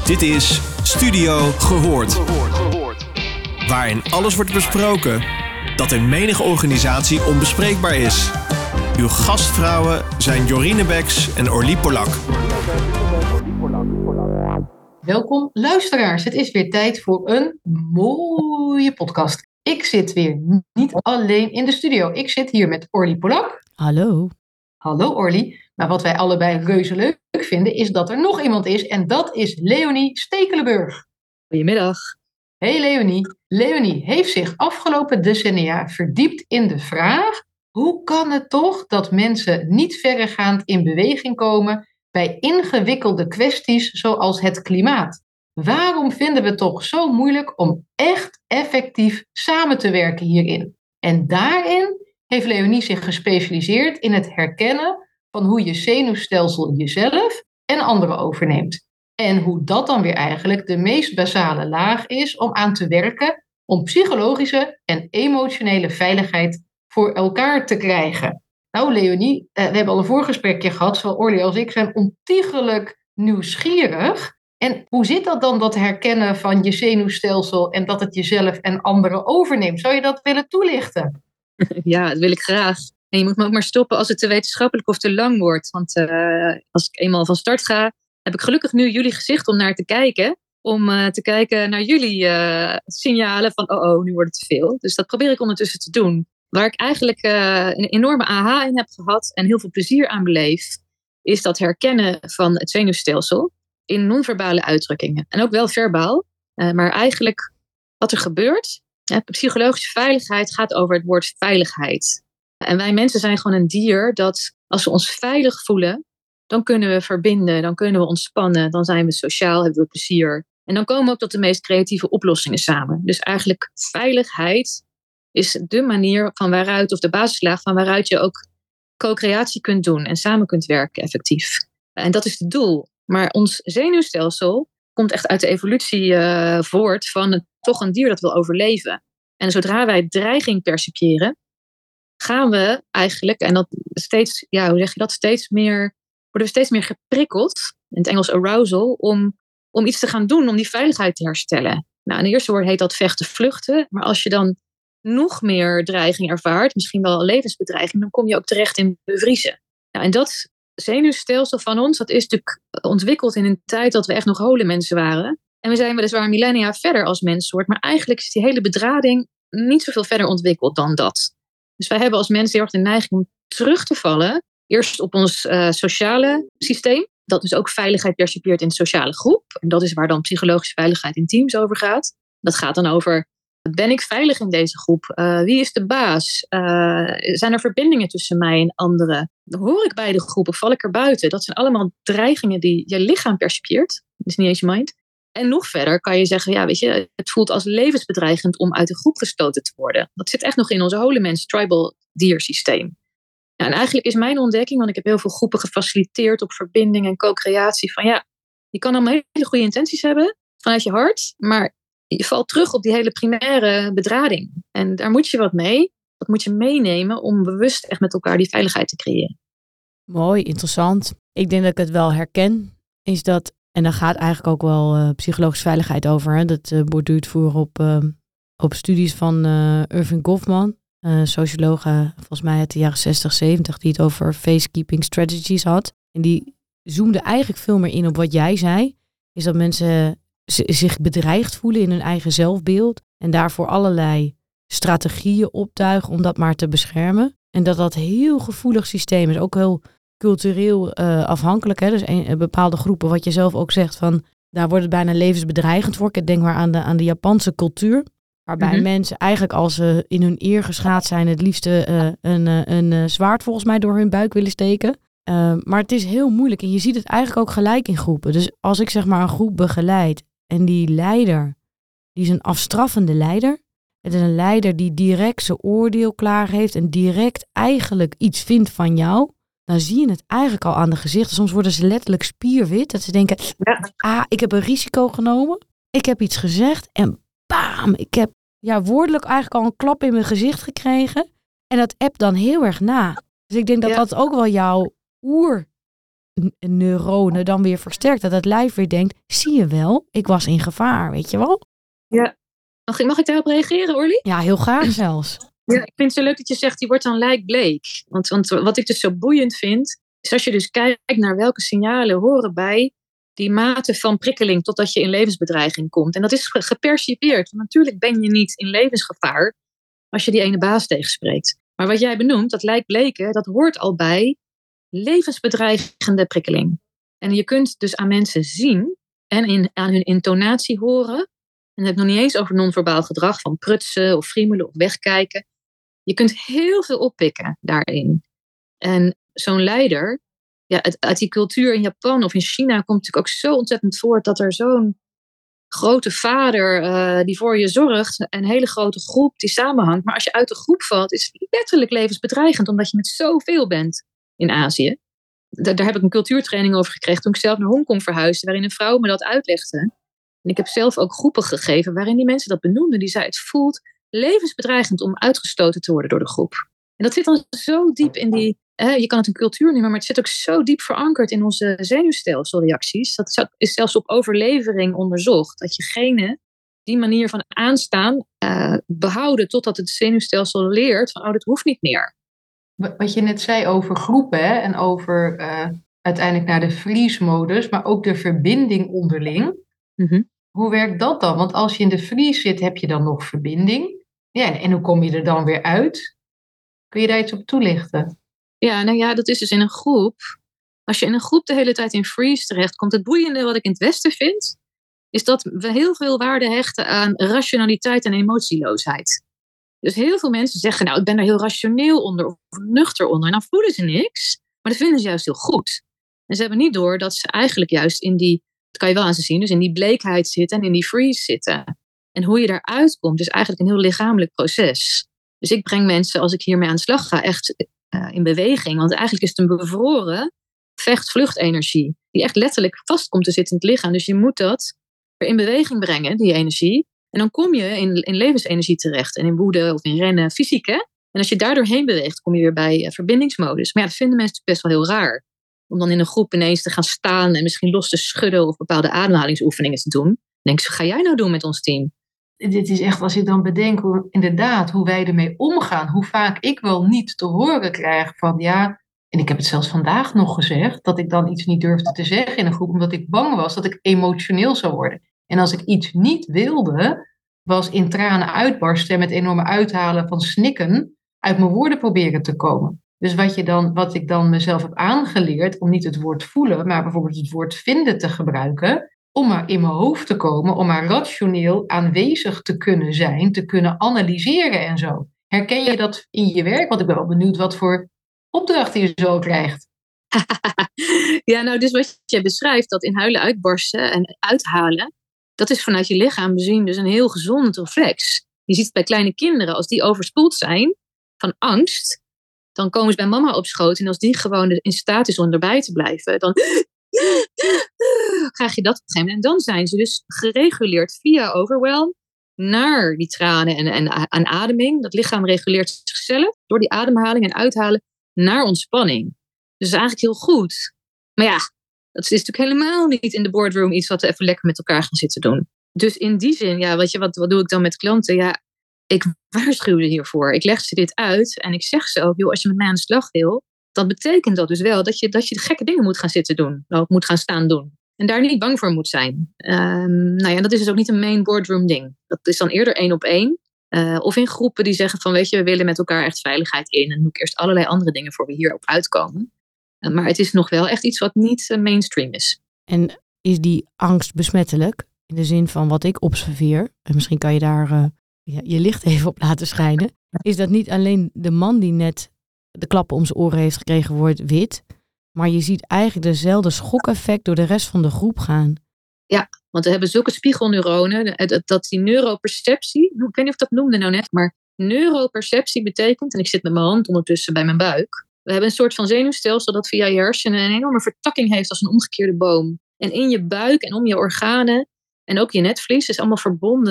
Dit is Studio Gehoord. Waarin alles wordt besproken dat in menige organisatie onbespreekbaar is. Uw gastvrouwen zijn Jorine Beks en Orlie Polak. Welkom luisteraars, het is weer tijd voor een mooie podcast. Ik zit weer niet alleen in de studio. Ik zit hier met Orlie Polak. Hallo. Hallo Orlie. Maar wat wij allebei reuze leuk vinden is dat er nog iemand is. En dat is Leonie Stekelenburg. Goedemiddag. Hey Leonie. Leonie heeft zich afgelopen decennia verdiept in de vraag: hoe kan het toch dat mensen niet verregaand in beweging komen bij ingewikkelde kwesties zoals het klimaat? Waarom vinden we het toch zo moeilijk om echt effectief samen te werken hierin? En daarin heeft Leonie zich gespecialiseerd in het herkennen van hoe je zenuwstelsel jezelf en anderen overneemt. En hoe dat dan weer eigenlijk de meest basale laag is om aan te werken om psychologische en emotionele veiligheid voor elkaar te krijgen. Nou Leonie, we hebben al een voorgesprekje gehad, zowel Orlie als ik zijn ontiegelijk nieuwsgierig. En hoe zit dat dan, dat herkennen van je zenuwstelsel en dat het jezelf en anderen overneemt? Zou je dat willen toelichten? Ja, dat wil ik graag. En je moet me ook maar stoppen als het te wetenschappelijk of te lang wordt. Want als ik eenmaal van start ga, heb ik gelukkig nu jullie gezicht om naar te kijken. Om te kijken naar jullie signalen van nu wordt het te veel. Dus dat probeer ik ondertussen te doen. Waar ik eigenlijk een enorme aha in heb gehad en heel veel plezier aan beleef, is dat herkennen van het zenuwstelsel in non-verbale uitdrukkingen. En ook wel verbaal. Maar eigenlijk wat er gebeurt, psychologische veiligheid gaat over het woord veiligheid. En wij mensen zijn gewoon een dier dat als we ons veilig voelen, dan kunnen we verbinden, dan kunnen we ontspannen, dan zijn we sociaal, hebben we plezier. En dan komen we ook tot de meest creatieve oplossingen samen. Dus eigenlijk veiligheid is de manier van waaruit, of de basislaag van waaruit je ook co-creatie kunt doen en samen kunt werken effectief. En dat is het doel. Maar ons zenuwstelsel komt echt uit de evolutie voort van toch een dier dat wil overleven. En zodra wij dreiging percipiëren, gaan we eigenlijk, en dat steeds, steeds meer, worden we steeds meer geprikkeld, in het Engels arousal, om iets te gaan doen, om die veiligheid te herstellen. Nou, in de eerste woord heet dat vechten, vluchten. Maar als je dan nog meer dreiging ervaart, misschien wel levensbedreiging, dan kom je ook terecht in bevriezen. Nou, en dat zenuwstelsel van ons, dat is natuurlijk ontwikkeld in een tijd dat we echt nog holenmensen waren. En we zijn weliswaar millennia verder als menssoort, maar eigenlijk is die hele bedrading niet zoveel verder ontwikkeld dan dat. Dus wij hebben als mensen heel erg de neiging om terug te vallen, eerst op ons sociale systeem, dat dus ook veiligheid percipieert in de sociale groep. En dat is waar dan psychologische veiligheid in teams over gaat. Dat gaat dan over: ben ik veilig in deze groep? Wie is de baas? Zijn er verbindingen tussen mij en anderen? Hoor ik bij de groep of val ik er buiten? Dat zijn allemaal dreigingen die je lichaam percipieert. Dat is niet eens je mind. En nog verder kan je zeggen, het voelt als levensbedreigend om uit de groep gestoten te worden. Dat zit echt nog in onze holenmens tribal diersysteem. Ja, en eigenlijk is mijn ontdekking, want ik heb heel veel groepen gefaciliteerd op verbinding en co-creatie, van je kan allemaal hele goede intenties hebben vanuit je hart, maar je valt terug op die hele primaire bedrading. En daar moet je wat mee. Dat moet je meenemen om bewust echt met elkaar die veiligheid te creëren. Mooi, interessant. Ik denk dat ik het wel herken, is dat, en daar gaat eigenlijk ook wel psychologische veiligheid over. Hè? Dat borduurt voor op studies van Irving Goffman, socioloog, volgens mij uit de jaren 60, 70, die het over face-keeping strategies had. En die zoomde eigenlijk veel meer in op wat jij zei, is dat mensen zich bedreigd voelen in hun eigen zelfbeeld en daarvoor allerlei strategieën optuigen om dat maar te beschermen. En dat heel gevoelig systeem is, ook heel cultureel afhankelijk. Hè? Dus bepaalde groepen, wat je zelf ook zegt, van daar wordt het bijna levensbedreigend voor. Ik denk maar aan de Japanse cultuur, waarbij mensen eigenlijk als ze in hun eer geschaad zijn, het liefste een zwaard volgens mij door hun buik willen steken. Maar het is heel moeilijk en je ziet het eigenlijk ook gelijk in groepen. Dus als ik zeg maar een groep begeleid en die leider, die is een afstraffende leider. Het is een leider die direct zijn oordeel klaar heeft en direct eigenlijk iets vindt van jou. Dan zie je het eigenlijk al aan de gezichten. Soms worden ze letterlijk spierwit. Dat ze denken, ik heb een risico genomen. Ik heb iets gezegd en bam, ik heb woordelijk eigenlijk al een klap in mijn gezicht gekregen. En dat appt dan heel erg na. Dus ik denk dat dat ook wel jouw neuronen dan weer versterkt. Dat het lijf weer denkt, zie je wel, ik was in gevaar, weet je wel? Ja. Mag ik daarop reageren, Orly? Ja, heel graag zelfs. Ja, ik vind het zo leuk dat je zegt, die wordt dan lijkbleek. Want wat ik dus zo boeiend vind, is als je dus kijkt naar welke signalen horen bij die mate van prikkeling totdat je in levensbedreiging komt. En dat is gepercipieerd. Want natuurlijk ben je niet in levensgevaar als je die ene baas tegenspreekt. Maar wat jij benoemt, dat lijkbleken, dat hoort al bij levensbedreigende prikkeling. En je kunt dus aan mensen zien en aan hun intonatie horen. En dan heb ik nog niet eens over non-verbaal gedrag van prutsen of friemelen of wegkijken. Je kunt heel veel oppikken daarin. En zo'n leider, ja, uit die cultuur in Japan of in China komt natuurlijk ook zo ontzettend voort dat er zo'n grote vader die voor je zorgt, een hele grote groep die samenhangt. Maar als je uit de groep valt, is het letterlijk levensbedreigend, omdat je met zoveel bent in Azië. Daar heb ik een cultuurtraining over gekregen toen ik zelf naar Hongkong verhuisde, waarin een vrouw me dat uitlegde. En ik heb zelf ook groepen gegeven waarin die mensen dat benoemden. Die zei, het voelt levensbedreigend om uitgestoten te worden door de groep. En dat zit dan zo diep in die, je kan het een cultuur noemen, maar het zit ook zo diep verankerd in onze zenuwstelselreacties. Dat is zelfs op overlevering onderzocht. Dat je genen die manier van aanstaan behouden totdat het zenuwstelsel leert van, dat hoeft niet meer. Wat je net zei over groepen, hè, en over uiteindelijk naar de freeze-modus, maar ook de verbinding onderling. Mm-hmm. Hoe werkt dat dan? Want als je in de freeze zit, heb je dan nog verbinding. Ja, en hoe kom je er dan weer uit? Kun je daar iets op toelichten? Ja, nou ja, dat is dus in een groep. Als je in een groep de hele tijd in freeze terechtkomt, het boeiende wat ik in het Westen vind, is dat we heel veel waarde hechten aan rationaliteit en emotieloosheid. Dus heel veel mensen zeggen, nou, ik ben er heel rationeel onder of nuchter onder. En dan voelen ze niks, maar dat vinden ze juist heel goed. En ze hebben niet door dat ze eigenlijk juist in die, dat kan je wel aan ze zien, dus in die bleekheid zitten en in die freeze zitten. En hoe je daaruit komt, is eigenlijk een heel lichamelijk proces. Dus ik breng mensen, als ik hiermee aan de slag ga, echt in beweging. Want eigenlijk is het een bevroren vecht-vluchtenergie, die echt letterlijk vast komt te zitten in het lichaam. Dus je moet dat weer in beweging brengen, die energie. En dan kom je in levensenergie terecht. En in woede of in rennen, fysiek, hè? En als je daar doorheen beweegt, kom je weer bij verbindingsmodus. Maar ja, dat vinden mensen best wel heel raar. Om dan in een groep ineens te gaan staan en misschien los te schudden of bepaalde ademhalingsoefeningen te doen. Dan denk ik, wat ga jij nou doen met ons team? Dit is echt, als ik dan bedenk, inderdaad, hoe wij ermee omgaan. Hoe vaak ik wel niet te horen krijg van, ja, en ik heb het zelfs vandaag nog gezegd, dat ik dan iets niet durfde te zeggen in een groep, omdat ik bang was dat ik emotioneel zou worden. En als ik iets niet wilde, was in tranen uitbarsten en met enorme uithalen van snikken uit mijn woorden proberen te komen. Dus wat ik dan mezelf heb aangeleerd, om niet het woord voelen, maar bijvoorbeeld het woord vinden te gebruiken, om maar in mijn hoofd te komen, om maar rationeel aanwezig te kunnen zijn, te kunnen analyseren en zo. Herken je dat in je werk? Want ik ben wel benieuwd wat voor opdrachten je zo krijgt. Ja, nou, dus wat je beschrijft, dat in huilen uitbarsten en uithalen, dat is vanuit je lichaam bezien dus een heel gezond reflex. Je ziet het bij kleine kinderen, als die overspoeld zijn van angst, dan komen ze bij mama op schoot en als die gewoon in staat is om erbij te blijven, dan krijg je dat op een gegeven moment. En dan zijn ze dus gereguleerd via overwhelm naar die tranen en ademing. Dat lichaam reguleert zichzelf door die ademhaling en uithalen naar ontspanning. Dus dat is eigenlijk heel goed. Maar ja, dat is natuurlijk helemaal niet in de boardroom iets wat we even lekker met elkaar gaan zitten doen. Dus in die zin, ja, weet je, wat doe ik dan met klanten? Ja, ik waarschuw ze hiervoor. Ik leg ze dit uit en ik zeg ze ook, joh, als je met mij aan de slag wil, dan betekent dat dus wel dat je de gekke dingen moet gaan zitten doen. Of moet gaan staan doen. En daar niet bang voor moet zijn. Nou ja, dat is dus ook niet een main boardroom ding. Dat is dan eerder 1-op-1. Of in groepen die zeggen van, weet je, we willen met elkaar echt veiligheid in. En dan doe ik eerst allerlei andere dingen voor we hierop uitkomen. Maar het is nog wel echt iets wat niet mainstream is. En is die angst besmettelijk? In de zin van wat ik observeer, en misschien kan je daar je licht even op laten schijnen. Is dat niet alleen de man die net de klappen om zijn oren heeft gekregen wordt wit. Maar je ziet eigenlijk dezelfde schokeffect door de rest van de groep gaan. Ja, want we hebben zulke spiegelneuronen. Dat die neuroperceptie, ik weet niet of ik dat noemde nou net, maar neuroperceptie betekent, en ik zit met mijn hand ondertussen bij mijn buik. We hebben een soort van zenuwstelsel dat via je hersenen een enorme vertakking heeft als een omgekeerde boom. En in je buik en om je organen en ook je netvlies is allemaal verbonden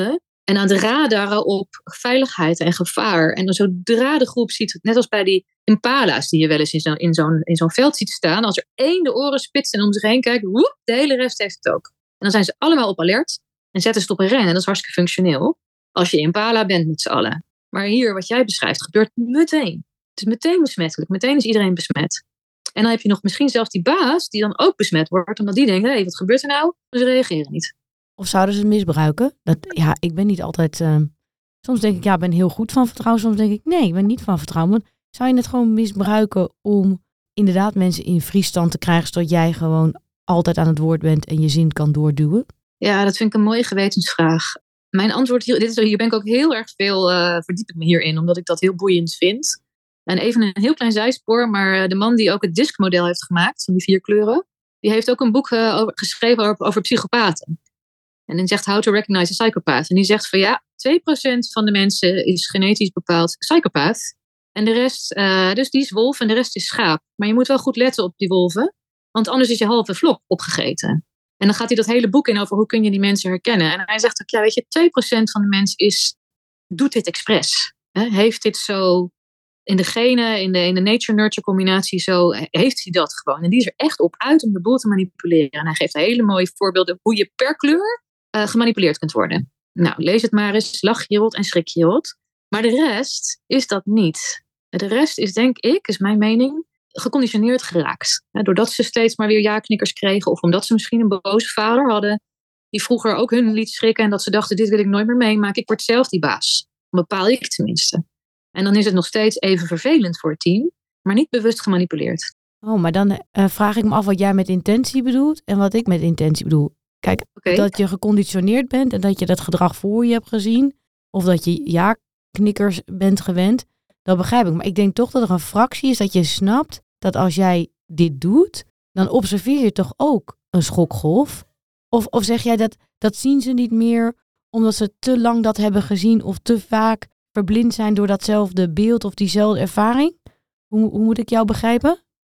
En aan het radaren op veiligheid en gevaar. En dan zodra de groep ziet, net als bij die impala's die je wel eens in zo'n veld ziet staan. Als er één de oren spitst en om zich heen kijkt, woep, de hele rest heeft het ook. En dan zijn ze allemaal op alert en zetten ze het op een ren. En dat is hartstikke functioneel als je impala bent met z'n allen. Maar hier, wat jij beschrijft, gebeurt meteen. Het is meteen besmettelijk. Meteen is iedereen besmet. En dan heb je nog misschien zelfs die baas die dan ook besmet wordt. Omdat die denkt, hé, wat gebeurt er nou? Maar ze reageren niet. Of zouden ze het misbruiken? Ik ben niet altijd... soms denk ik, ik ben heel goed van vertrouwen. Soms denk ik, nee, ik ben niet van vertrouwen. Maar zou je het gewoon misbruiken om inderdaad mensen in vriesstand te krijgen, zodat jij gewoon altijd aan het woord bent en je zin kan doorduwen? Ja, dat vind ik een mooie gewetensvraag. Mijn antwoord hier ben ik ook heel erg veel, verdiep ik me hierin, omdat ik dat heel boeiend vind. En even een heel klein zijspoor, maar de man die ook het DISC-model heeft gemaakt, van die 4 kleuren, die heeft ook een boek geschreven over psychopaten. En die zegt How to Recognize a Psychopath. En die zegt van 2% van de mensen is genetisch bepaald psychopaat. En de rest, dus die is wolf en de rest is schaap. Maar je moet wel goed letten op die wolven, want anders is je halve vlok opgegeten. En dan gaat hij dat hele boek in over hoe kun je die mensen herkennen. En hij zegt ook, 2% van de mensen doet dit expres. Heeft dit zo in de genen, in de nature-nurture combinatie zo, heeft hij dat gewoon. En die is er echt op uit om de boel te manipuleren. En hij geeft hele mooie voorbeelden hoe je per kleur gemanipuleerd kunt worden. Nou, lees het maar eens, lach je rot en schrik je rot. Maar de rest is dat niet. De rest is, denk ik, is mijn mening, geconditioneerd geraakt. Doordat ze steeds maar weer ja-knikkers kregen, of omdat ze misschien een boze vader hadden, die vroeger ook hun liet schrikken en dat ze dachten, dit wil ik nooit meer meemaken, ik word zelf die baas. Dan bepaal ik tenminste. En dan is het nog steeds even vervelend voor het team, maar niet bewust gemanipuleerd. Oh, maar dan vraag ik me af wat jij met intentie bedoelt en wat ik met intentie bedoel. Kijk, dat je geconditioneerd bent en dat je dat gedrag voor je hebt gezien, of dat je ja-knikkers bent gewend, dat begrijp ik. Maar ik denk toch dat er een fractie is dat je snapt dat als jij dit doet, dan observeer je toch ook een schokgolf? Of zeg jij dat zien ze niet meer omdat ze te lang dat hebben gezien of te vaak verblind zijn door datzelfde beeld of diezelfde ervaring? Hoe moet ik jou begrijpen?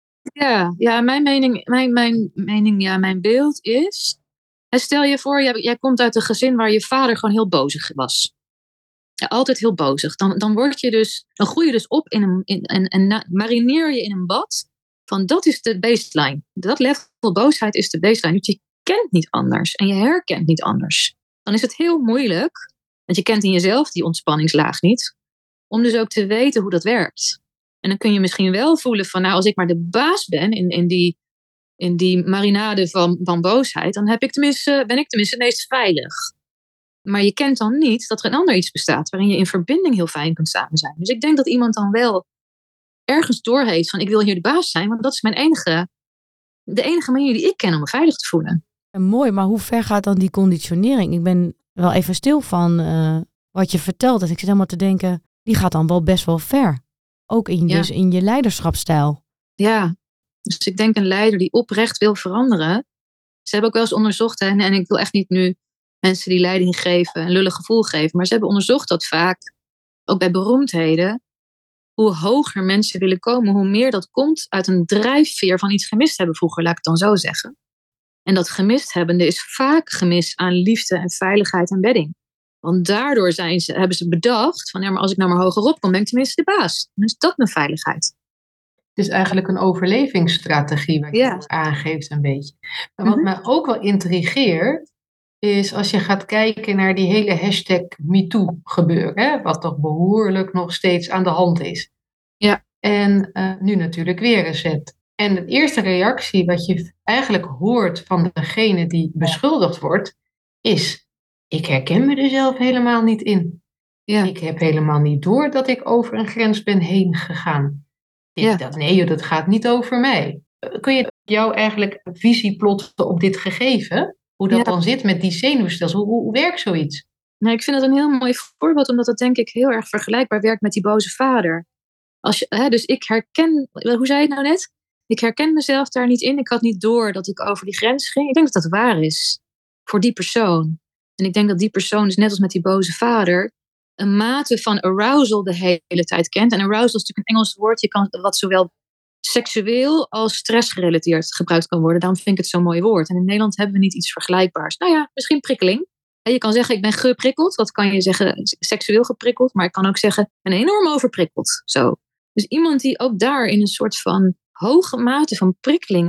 Ja, mijn beeld is, stel je voor, jij komt uit een gezin waar je vader gewoon heel bozig was. Ja, altijd heel bozig. Dan groei je dus op en marineer je in een bad van dat is de baseline. Dat level boosheid is de baseline. Dus je kent niet anders en je herkent niet anders. Dan is het heel moeilijk, want je kent in jezelf die ontspanningslaag niet, om dus ook te weten hoe dat werkt. En dan kun je misschien wel voelen van, als ik maar de baas ben in die marinade van boosheid, dan ben ik tenminste het meest veilig. Maar je kent dan niet dat er een ander iets bestaat waarin je in verbinding heel fijn kunt samen zijn. Dus ik denk dat iemand dan wel ergens doorheeft van ik wil hier de baas zijn, want dat is de enige manier die ik ken om me veilig te voelen. En mooi, maar hoe ver gaat dan die conditionering? Ik ben wel even stil van wat je vertelt. En ik zit helemaal te denken, die gaat dan wel best wel ver. Ook dus in je leiderschapsstijl. Ja, dus ik denk een leider die oprecht wil veranderen. Ze hebben ook wel eens onderzocht, en ik wil echt niet nu mensen die leiding geven een lullig gevoel geven, maar ze hebben onderzocht dat vaak, ook bij beroemdheden, hoe hoger mensen willen komen, hoe meer dat komt uit een drijfveer van iets gemist hebben vroeger, laat ik het dan zo zeggen. En dat gemist hebbende is vaak gemist aan liefde en veiligheid en bedding. Want daardoor hebben ze bedacht van, maar als ik nou maar hoger op kom, ben ik tenminste de baas. Dan is dat mijn veiligheid. Het is eigenlijk een overlevingsstrategie wat je aangeeft een beetje. Maar wat mij ook wel intrigeert, is als je gaat kijken naar die hele hashtag MeToo gebeuren, wat toch behoorlijk nog steeds aan de hand is. Ja. En nu natuurlijk weer recent. En de eerste reactie wat je eigenlijk hoort van degene die beschuldigd wordt, is, ik herken me er zelf helemaal niet in. Ja. Ik heb helemaal niet door dat ik over een grens ben heen gegaan. Dat gaat niet over mij. Kun je jouw eigenlijk visie plotten op dit gegeven? Hoe dat dan zit met die zenuwstelsel? Hoe werkt zoiets? Nou, ik vind dat een heel mooi voorbeeld, omdat het denk ik heel erg vergelijkbaar werkt met die boze vader. Dus ik herken, hoe zei je het nou net? Ik herken mezelf daar niet in. Ik had niet door dat ik over die grens ging. Ik denk dat dat waar is voor die persoon. En ik denk dat die persoon, dus net als met die boze vader, een mate van arousal de hele tijd kent. En arousal is natuurlijk een Engels woord, wat zowel seksueel als stressgerelateerd gebruikt kan worden. Daarom vind ik het zo'n mooi woord. En in Nederland hebben we niet iets vergelijkbaars. Nou ja, misschien prikkeling. Je kan zeggen, ik ben geprikkeld. Dat kan je zeggen, seksueel geprikkeld. Maar ik kan ook zeggen, ik ben enorm overprikkeld. Zo. Dus iemand die ook daar in een soort van hoge mate van prikkeling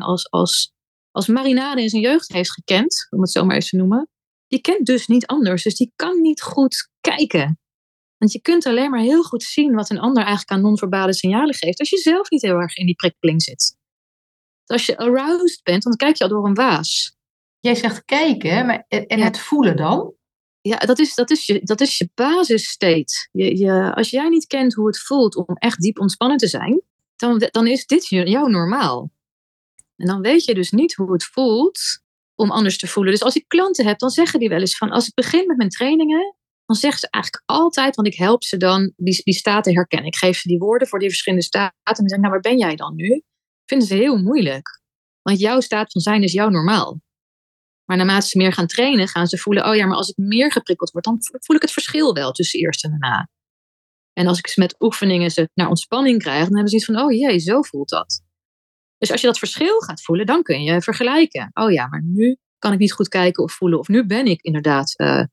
als marinade in zijn jeugd heeft gekend, om het zo maar eens te noemen, die kent dus niet anders. Dus die kan niet goed kijken. Want je kunt alleen maar heel goed zien wat een ander eigenlijk aan non-verbale signalen geeft, als je zelf niet heel erg in die prikkeling zit. Als je aroused bent, dan kijk je al door een waas. Jij zegt kijken, maar het voelen dan? Ja, dat is je basisstate. Als jij niet kent hoe het voelt om echt diep ontspannen te zijn, dan is dit jouw normaal. En dan weet je dus niet hoe het voelt om anders te voelen. Dus als ik klanten heb, dan zeggen die wel eens van, als ik begin met mijn trainingen, dan zeggen ze eigenlijk altijd, want ik help ze dan die staten herkennen. Ik geef ze die woorden voor die verschillende staten en dan zeg ik, nou, waar ben jij dan nu? Vinden ze heel moeilijk. Want jouw staat van zijn is jouw normaal. Maar naarmate ze meer gaan trainen, gaan ze voelen, oh ja, maar als ik meer geprikkeld word, dan voel ik het verschil wel tussen eerst en daarna. En als ik ze met oefeningen ze naar ontspanning krijg, dan hebben ze iets van, oh jee, zo voelt dat. Dus als je dat verschil gaat voelen, dan kun je vergelijken. Oh ja, maar nu kan ik niet goed kijken of voelen. Of nu ben ik inderdaad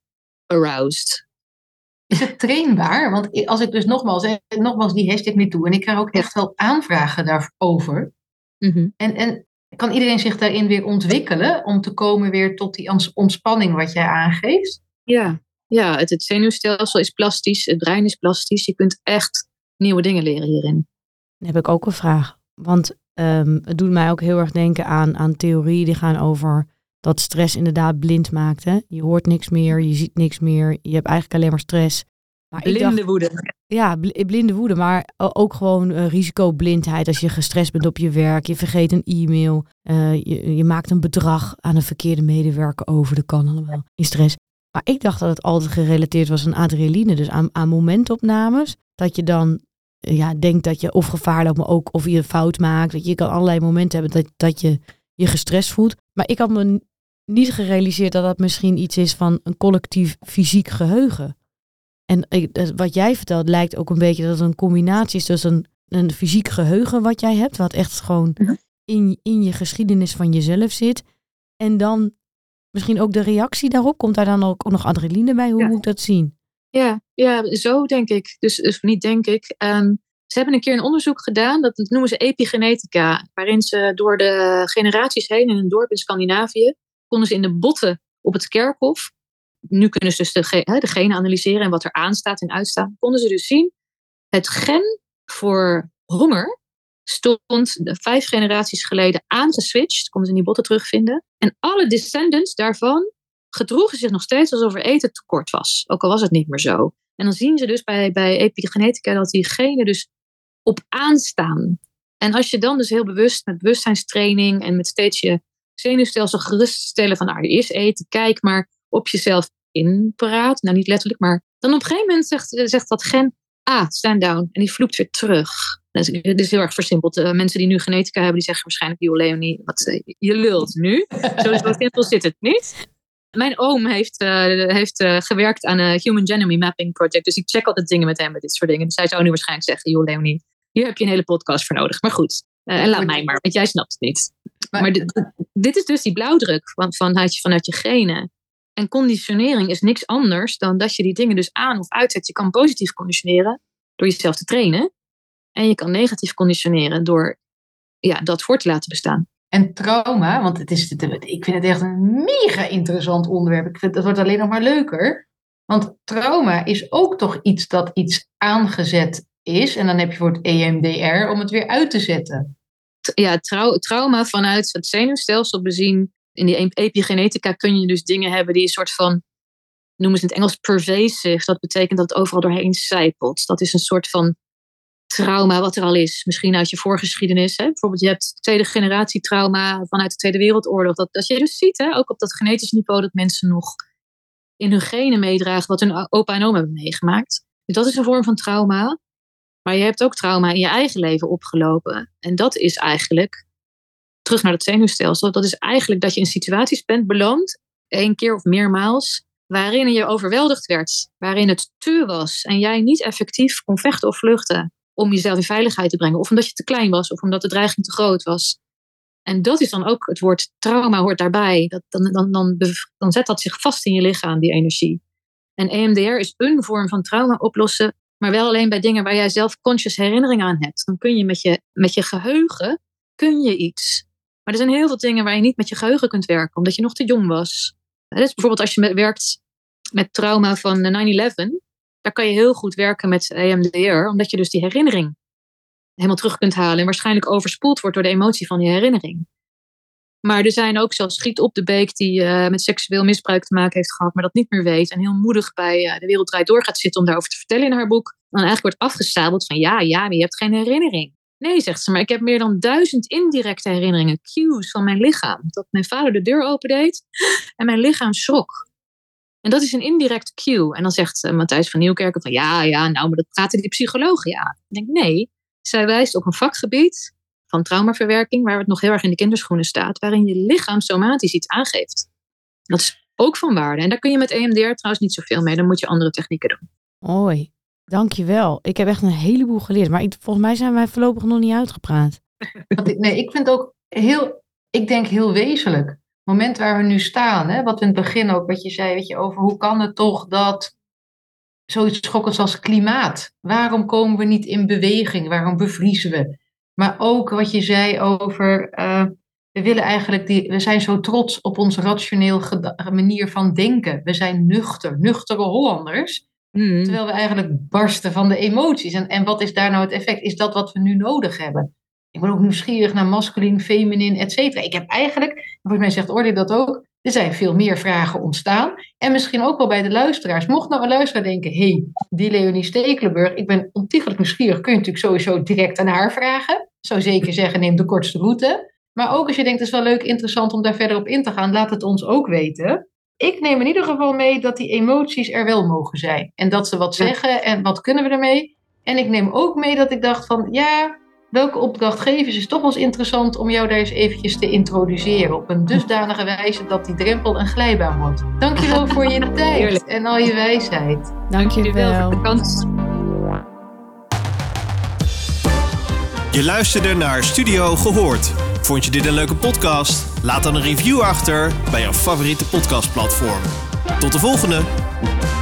aroused. Is het trainbaar? Want als ik dus nogmaals die hashtag niet toe. En ik krijg ook echt wel aanvragen daarover. Mm-hmm. En kan iedereen zich daarin weer ontwikkelen om te komen weer tot die ontspanning wat jij aangeeft? Ja, het zenuwstelsel is plastisch, het brein is plastisch. Je kunt echt nieuwe dingen leren hierin. Dan heb ik ook een vraag. Want het doet mij ook heel erg denken aan theorieën die gaan over dat stress inderdaad blind maakt. Hè? Je hoort niks meer, je ziet niks meer. Je hebt eigenlijk alleen maar stress. Maar blinde woede. Ja, blinde woede, maar ook gewoon risicoblindheid. Als je gestrest bent op je werk, je vergeet een e-mail. Je maakt een bedrag aan een verkeerde medewerker over. Dat kan allemaal in stress. Maar ik dacht dat het altijd gerelateerd was aan adrenaline. Dus aan momentopnames. Dat je dan denkt dat je of gevaar loopt, maar ook of je een fout maakt. Je kan allerlei momenten hebben dat je je gestrest voelt. Maar ik had me niet gerealiseerd dat dat misschien iets is van een collectief fysiek geheugen. En wat jij vertelt lijkt ook een beetje dat het een combinatie is tussen een fysiek geheugen wat jij hebt, wat echt gewoon in je geschiedenis van jezelf zit. En dan misschien ook de reactie daarop. Komt daar dan ook nog adrenaline bij? Hoe moet ik dat zien? Ja, zo denk ik. Dus niet denk ik. Ze hebben een keer een onderzoek gedaan, dat noemen ze epigenetica, waarin ze door de generaties heen in een dorp in Scandinavië konden ze in de botten op het kerkhof, nu kunnen ze dus de genen analyseren en wat er aanstaat en uitstaat, konden ze dus zien, het gen voor honger stond 5 generaties geleden aangeswitcht, konden ze in die botten terugvinden. En alle descendants daarvan gedroegen zich nog steeds alsof er eten tekort was, ook al was het niet meer zo. En dan zien ze dus bij epigenetica dat die genen dus op aanstaan. En als je dan dus heel bewust met bewustzijnstraining en met steeds je zenuwstelsel geruststellen van, er is eten, kijk maar op jezelf inpraat. Nou, niet letterlijk, maar dan op een gegeven moment zegt dat gen, stand down. En die vloept weer terug. Dit is heel erg versimpeld. Mensen die nu genetica hebben, die zeggen waarschijnlijk, joh Leonie, je lult nu. Zo simpel zit het niet. Mijn oom heeft gewerkt aan een Human Genome Mapping Project. Dus ik check altijd dingen met hem, met dit soort dingen. Dus hij zou nu waarschijnlijk zeggen, joh Leonie, hier heb je een hele podcast voor nodig. Maar goed, en laat mij maar, want jij snapt het niet. Maar dit is dus die blauwdruk vanuit je genen. En conditionering is niks anders dan dat je die dingen dus aan of uitzet. Je kan positief conditioneren door jezelf te trainen. En je kan negatief conditioneren door dat voor te laten bestaan. En trauma, want ik vind het echt een mega interessant onderwerp. Het wordt alleen nog maar leuker. Want trauma is ook toch iets dat iets aangezet is. En dan heb je voor het EMDR om het weer uit te zetten. Ja, trauma vanuit het zenuwstelsel bezien. In die epigenetica kun je dus dingen hebben die een soort van, noemen ze in het Engels pervasive. Dat betekent dat het overal doorheen sijpelt. Dat is een soort van trauma wat er al is. Misschien uit je voorgeschiedenis. Hè? Bijvoorbeeld je hebt tweede generatie trauma vanuit de Tweede Wereldoorlog. Dat je dus ziet, hè? Ook op dat genetisch niveau, dat mensen nog in hun genen meedragen wat hun opa en oma hebben meegemaakt. Dus dat is een vorm van trauma. Maar je hebt ook trauma in je eigen leven opgelopen. En dat is eigenlijk, terug naar het zenuwstelsel, dat is eigenlijk dat je in situaties bent beland, 1 keer of meermaals, waarin je overweldigd werd. Waarin het te was en jij niet effectief kon vechten of vluchten om jezelf in veiligheid te brengen. Of omdat je te klein was, of omdat de dreiging te groot was. En dat is dan ook het woord trauma hoort daarbij. Dan zet dat zich vast in je lichaam, die energie. En EMDR is een vorm van trauma oplossen, maar wel alleen bij dingen waar jij zelf conscious herinnering aan hebt. Dan kun je met je geheugen kun je iets. Maar er zijn heel veel dingen waar je niet met je geheugen kunt werken, omdat je nog te jong was. Dus bijvoorbeeld als je werkt met trauma van 9/11, daar kan je heel goed werken met EMDR, omdat je dus die herinnering helemaal terug kunt halen en waarschijnlijk overspoeld wordt door de emotie van die herinnering. Maar er zijn ook zoals Giet op de Beek die met seksueel misbruik te maken heeft gehad, maar dat niet meer weet en heel moedig bij De Wereld Draait Door gaat zitten om daarover te vertellen in haar boek. Dan eigenlijk wordt afgesabeld van ja, maar je hebt geen herinnering. Nee, zegt ze, maar ik heb meer dan 1000 indirecte herinneringen, cues van mijn lichaam. Dat mijn vader de deur opendeed en mijn lichaam schrok. En dat is een indirecte cue. En dan zegt Matthijs van Nieuwkerken van maar dat praten die psychologen ja. Ik denk nee, zij wijst op een vakgebied van traumaverwerking, waar het nog heel erg in de kinderschoenen staat, waarin je lichaam somatisch iets aangeeft. Dat is ook van waarde. En daar kun je met EMDR trouwens niet zoveel mee. Dan moet je andere technieken doen. Mooi, dankjewel. Ik heb echt een heleboel geleerd. Maar volgens mij zijn wij voorlopig nog niet uitgepraat. Nee, ik vind ook heel wezenlijk. Het moment waar we nu staan, hè, wat in het begin ook, wat je zei, weet je, over hoe kan het toch dat zoiets schokkends als klimaat. Waarom komen we niet in beweging? Waarom bevriezen we? Maar ook wat je zei over, we zijn zo trots op onze rationeel manier van denken. We zijn nuchtere Hollanders. Terwijl we eigenlijk barsten van de emoties. En wat is daar nou het effect? Is dat wat we nu nodig hebben? Ik ben ook nieuwsgierig naar masculin, feminin, et cetera. Ik heb eigenlijk, volgens mij zegt Orly dat ook, er zijn veel meer vragen ontstaan. En misschien ook wel bij de luisteraars. Mocht nou een luisteraar denken, die Leonie Stekelenburg, ik ben ontiegelijk nieuwsgierig, kun je natuurlijk sowieso direct aan haar vragen. Ik zou zeker zeggen, neem de kortste route. Maar ook als je denkt, het is wel leuk, interessant om daar verder op in te gaan, laat het ons ook weten. Ik neem in ieder geval mee dat die emoties er wel mogen zijn. En dat ze wat zeggen en wat kunnen we ermee. En ik neem ook mee dat ik dacht van, welke opdrachtgevers is toch wel eens interessant om jou daar eens eventjes te introduceren. Op een dusdanige wijze dat die drempel een glijbaan wordt. Dankjewel voor je tijd en al je wijsheid. Dankjewel voor de kans. Je luisterde naar Studio Gehoord. Vond je dit een leuke podcast? Laat dan een review achter bij jouw favoriete podcastplatform. Tot de volgende!